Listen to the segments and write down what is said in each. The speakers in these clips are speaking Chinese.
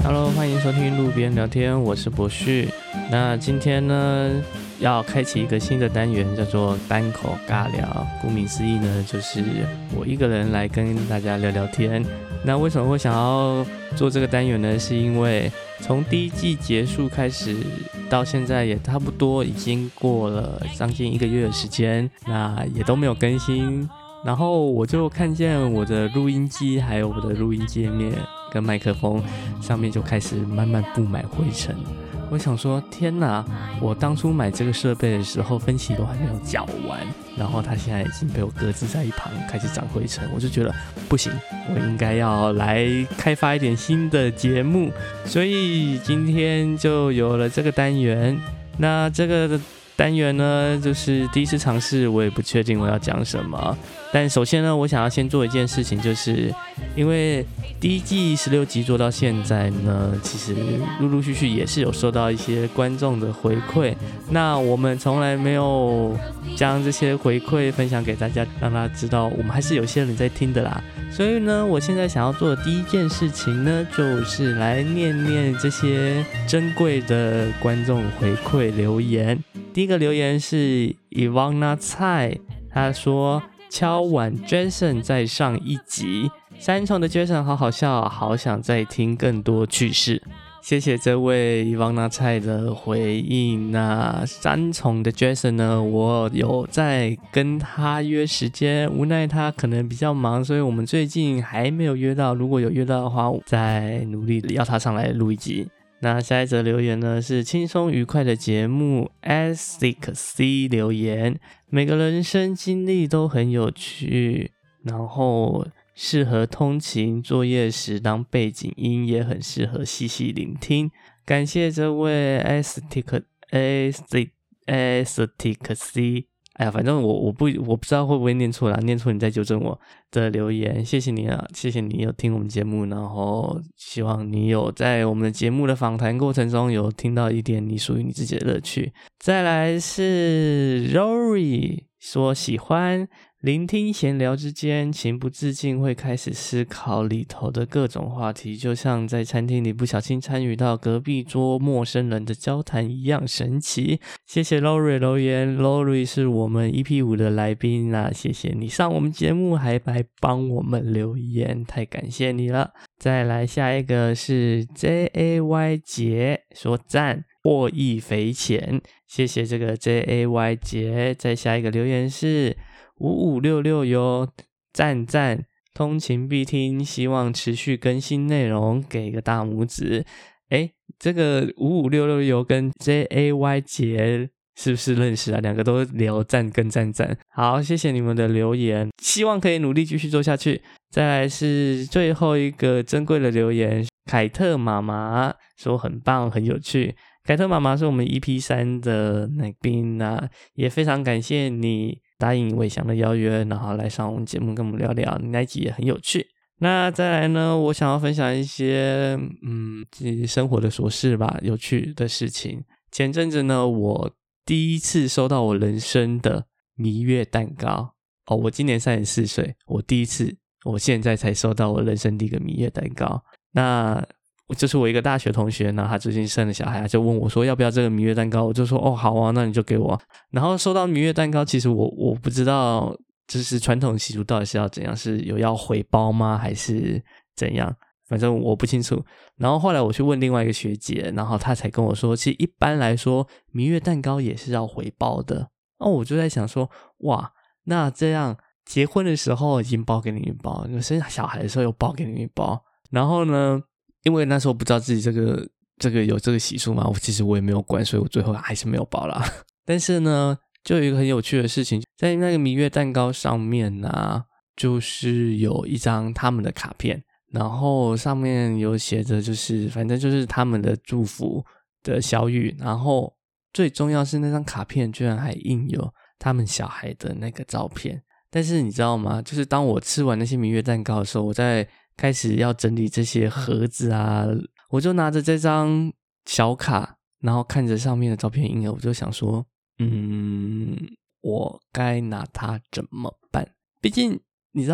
Hello， 欢迎收听路边聊天，我是博旭。那今天呢，要开启一个新的单元，叫做单口尬聊。顾名思义呢，就是我一个人来跟大家聊聊天。那为什么会想要做这个单元呢？是因为从第一季结束开始到现在也差不多已经过了将近1个月的时间，那也都没有更新。然后我就看见我的录音机还有我的录音界面跟麦克风上面就开始慢慢布满灰尘。我想说天哪，我当初买这个设备的时候分期都还没有缴完，然后它现在已经被我搁置在一旁开始长灰尘。我就觉得不行，我应该要来开发一点新的节目，所以今天就有了这个单元。那这个单元呢，就是第一次尝试，我也不确定我要讲什么。但首先呢，我想要先做一件事情，就是因为第一季16集做到现在呢，其实陆陆续续也是有收到一些观众的回馈。那我们从来没有将这些回馈分享给大家，让大家知道我们还是有些人在听的啦。所以呢，我现在想要做的第一件事情呢，就是来念念这些珍贵的观众回馈留言。第一个留言是 Ivana 蔡，他说敲碗 Jason 再上一集，三重的 Jason 好好笑，好想再听更多趣事。谢谢这位 Ivana 蔡的回应。那三重的 Jason 呢，我有在跟他约时间，无奈他可能比较忙，所以我们最近还没有约到。如果有约到的话，我再努力要他上来录一集。那下一则留言呢，是轻松愉快的节目 ASIC 留言，每个人生经历都很有趣，然后适合通勤作业时当背景音，也很适合细细聆听。感谢这位 ASIC， 哎呀，反正我不知道会不会念错啦，念错你再纠正我的留言。谢谢你啊，谢谢你有听我们节目，然后希望你有在我们的节目的访谈过程中有听到一点你属于你自己的乐趣。再来是 Rory 说喜欢聆听闲聊之间，情不自禁会开始思考里头的各种话题，就像在餐厅里不小心参与到隔壁桌陌生人的交谈一样神奇。谢谢 Lori 留言， Lori 是我们 EP5 的来宾啊，谢谢你上我们节目还来帮我们留言，太感谢你了。再来下一个是 JAY 杰说赞获益匪浅，谢谢这个 JAY 杰。再下一个留言是5566哟，赞赞，通勤必听，希望持续更新内容，给个大拇指。这个5566哟跟 JAY 杰是不是认识啊？两个都聊赞跟赞赞。好，谢谢你们的留言，希望可以努力继续做下去。再来是最后一个珍贵的留言，凯特妈妈说很棒很有趣。凯特妈妈是我们 EP3 的来宾啊，也非常感谢你答应伟翔的邀约，然后来上我们节目跟我们聊聊，你那一集也很有趣。那再来呢，我想要分享一些自己生活的琐事吧，有趣的事情。前阵子呢，我第一次收到我人生的蜜月蛋糕我今年34岁，我现在才收到我人生第一个蜜月蛋糕。那就是我一个大学同学呢，他最近生了小孩，他就问我说要不要这个蜜月蛋糕，我就说好啊，那你就给我。然后收到蜜月蛋糕，其实我不知道就是传统习俗到底是要怎样，是有要回包吗还是怎样，反正我不清楚。然后后来我去问另外一个学姐，然后她才跟我说，其实一般来说蜜月蛋糕也是要回包的。我就在想说哇，那这样结婚的时候已经包给你一包，生小孩的时候又包给你一包，然后呢因为那时候不知道自己这个有这个习俗嘛，其实我也没有管，所以我最后还是没有包啦。但是呢，就有一个很有趣的事情，在那个蜜月蛋糕上面啊，就是有一张他们的卡片，然后上面有写着就是反正就是他们的祝福的小语，然后最重要是那张卡片居然还印有他们小孩的那个照片。但是你知道吗，就是当我吃完那些蜜月蛋糕的时候，我在开始要整理这些盒子啊，我就拿着这张小卡，然后看着上面的照片印额，我就想说我该拿它怎么办？毕竟你知道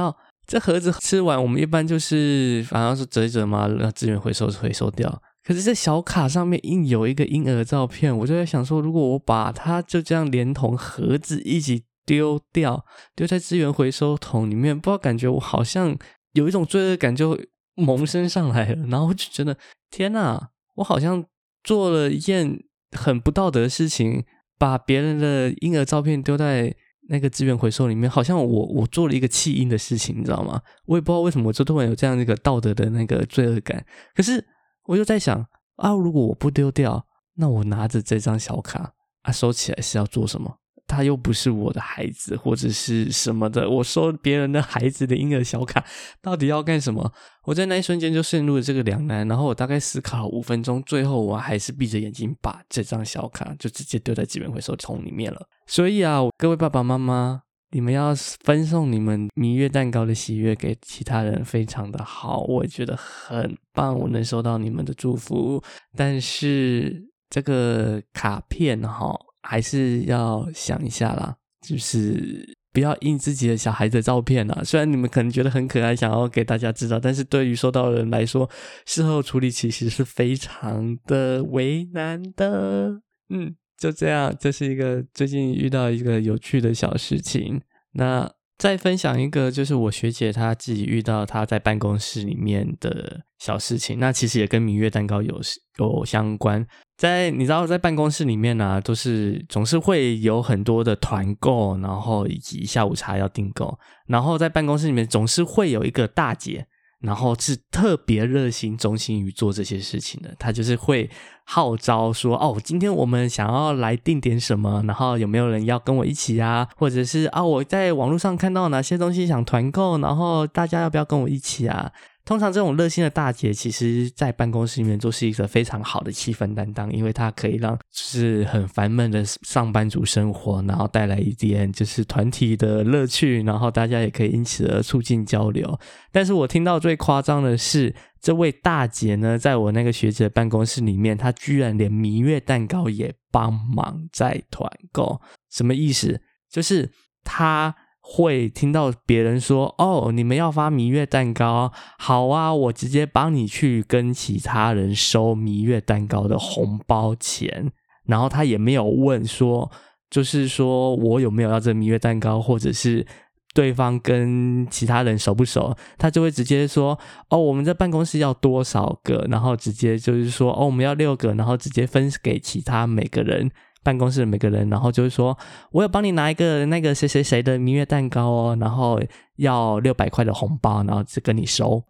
这盒子吃完我们一般就是反正是折一折嘛，资源回收掉。可是这小卡上面印有一个婴儿照片，我就在想说，如果我把它就这样连同盒子一起丢在资源回收桶里面，不知道感觉我好像有一种罪恶感就萌生上来了，然后我就觉得天哪，我好像做了一件很不道德的事情，把别人的婴儿照片丢在那个资源回收里面，好像我做了一个弃婴的事情，你知道吗？我也不知道为什么我就突然有这样一个道德的那个罪恶感。可是我又在想啊，如果我不丢掉，那我拿着这张小卡啊收起来是要做什么？他又不是我的孩子或者是什么的，我收别人的孩子的婴儿小卡到底要干什么？我在那一瞬间就陷入了这个两难，然后我大概思考了5分钟，最后我还是闭着眼睛把这张小卡就直接丢在资源回收桶里面了。所以啊，各位爸爸妈妈，你们要分送你们蜜月蛋糕的喜悦给其他人非常的好，我也觉得很棒，我能收到你们的祝福。但是这个卡片还是要想一下啦，就是不要印自己的小孩的照片啦。虽然你们可能觉得很可爱，想要给大家知道，但是对于收到的人来说，事后处理其实是非常的为难的。就这样，这是一个最近遇到一个有趣的小事情。那再分享一个，就是我学姐她自己遇到她在办公室里面的小事情，那其实也跟蜜月蛋糕有相关。你知道在办公室里面啊，总是会有很多的团购，然后以及下午茶要订购，然后在办公室里面总是会有一个大姐，然后是特别热心忠心于做这些事情的。她就是会号召说今天我们想要来订点什么，然后有没有人要跟我一起啊，或者是我在网络上看到哪些东西想团购，然后大家要不要跟我一起啊。通常这种热心的大姐其实在办公室里面就是一个非常好的气氛担当，因为她可以让就是很烦闷的上班族生活，然后带来一点就是团体的乐趣，然后大家也可以因此而促进交流。但是我听到最夸张的是，这位大姐呢，在我那个学姐的办公室里面，她居然连蜜月蛋糕也帮忙在团购。什么意思？就是她会听到别人说你们要发蜜月蛋糕，好啊，我直接帮你去跟其他人收蜜月蛋糕的红包钱，然后他也没有问说就是说我有没有要这蜜月蛋糕，或者是对方跟其他人熟不熟，他就会直接说我们这办公室要多少个，然后直接就是说我们要6个，然后直接分给其他每个人办公室的每个人，然后就是说我有帮你拿一个那个谁谁谁的蜜月蛋糕然后要600块的红包，然后只跟你收。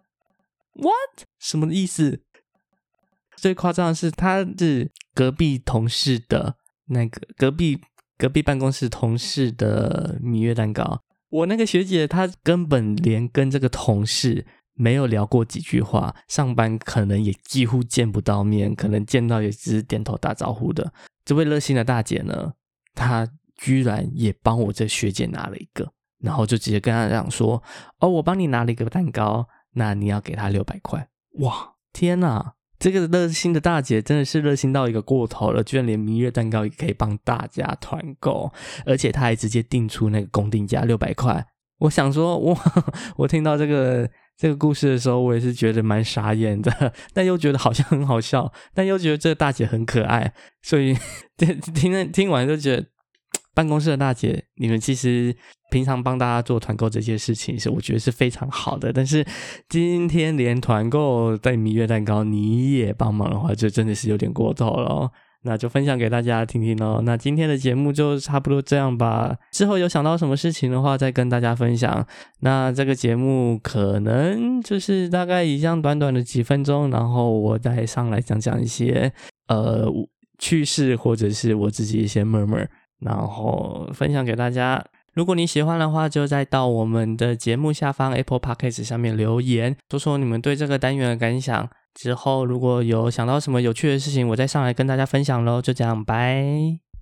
What？ 什么意思？最夸张的是他是隔壁同事的那个隔壁办公室同事的蜜月蛋糕，我那个学姐她根本连跟这个同事没有聊过几句话，上班可能也几乎见不到面，可能见到也只是点头打招呼的。这位热心的大姐呢，她居然也帮我这学姐拿了一个，然后就直接跟她讲说我帮你拿了一个蛋糕，那你要给她600块。哇，天哪，这个热心的大姐真的是热心到一个过头了，居然连蜜月蛋糕也可以帮大家团购，而且她还直接定出那个公定价600块。我想说我听到这个故事的时候，我也是觉得蛮傻眼的，但又觉得好像很好笑，但又觉得这个大姐很可爱，所以听完就觉得办公室的大姐，你们其实平常帮大家做团购这些事情是我觉得是非常好的，但是今天连团购带蜜月蛋糕你也帮忙的话，就真的是有点过头了那就分享给大家听听咯。那今天的节目就差不多这样吧，之后有想到什么事情的话再跟大家分享。那这个节目可能就是大概以这样短短的几分钟，然后我再上来讲一些趣事或者是我自己一些 murmur， 然后分享给大家。如果你喜欢的话，就再到我们的节目下方 Apple Podcast 下面留言，说说你们对这个单元的感想。之后如果有想到什么有趣的事情，我再上来跟大家分享咯。就这样，拜。